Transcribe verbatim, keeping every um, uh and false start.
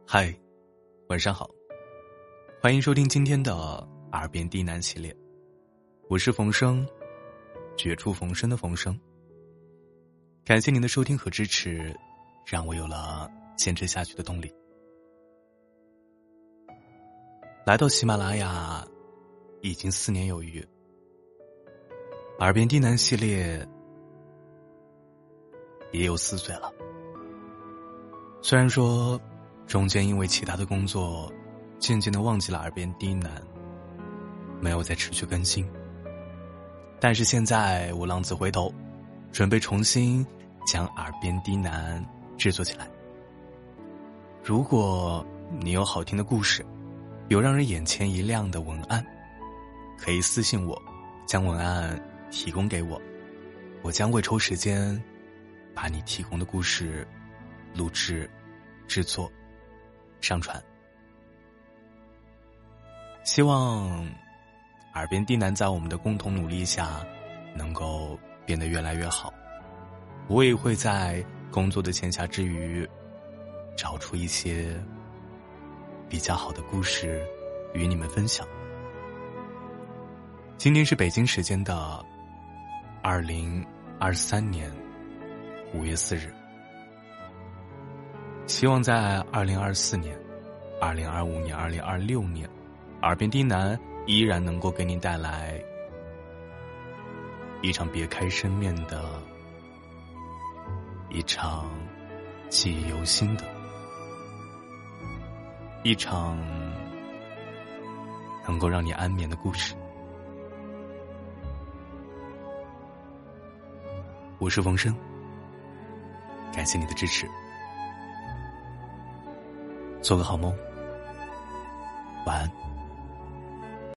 嗨，晚上好，欢迎收听今天的耳边低喃系列，我是冯生，绝处逢生的冯生。感谢您的收听和支持，让我有了坚持下去的动力。来到喜马拉雅已经四年有余，耳边低喃系列也有四岁了。虽然说中间因为其他的工作渐渐的忘记了耳边低喃，没有再持续更新，但是现在我浪子回头，准备重新将耳边低喃制作起来。如果你有好听的故事，有让人眼前一亮的文案，可以私信我，将文案提供给我，我将会抽时间把你提供的故事录制、制作、上传。希望耳边低喃在我们的共同努力下能够变得越来越好。我也会在工作的闲暇之余找出一些比较好的故事与你们分享。今天是北京时间的二零二三年五月四日，希望在二零二四年、二零二五年、二零二六年，耳边低喃依然能够给你带来一场别开生面的、一场记忆犹新的、一场能够让你安眠的故事。我是冯生，感谢你的支持。做个好梦，晚安。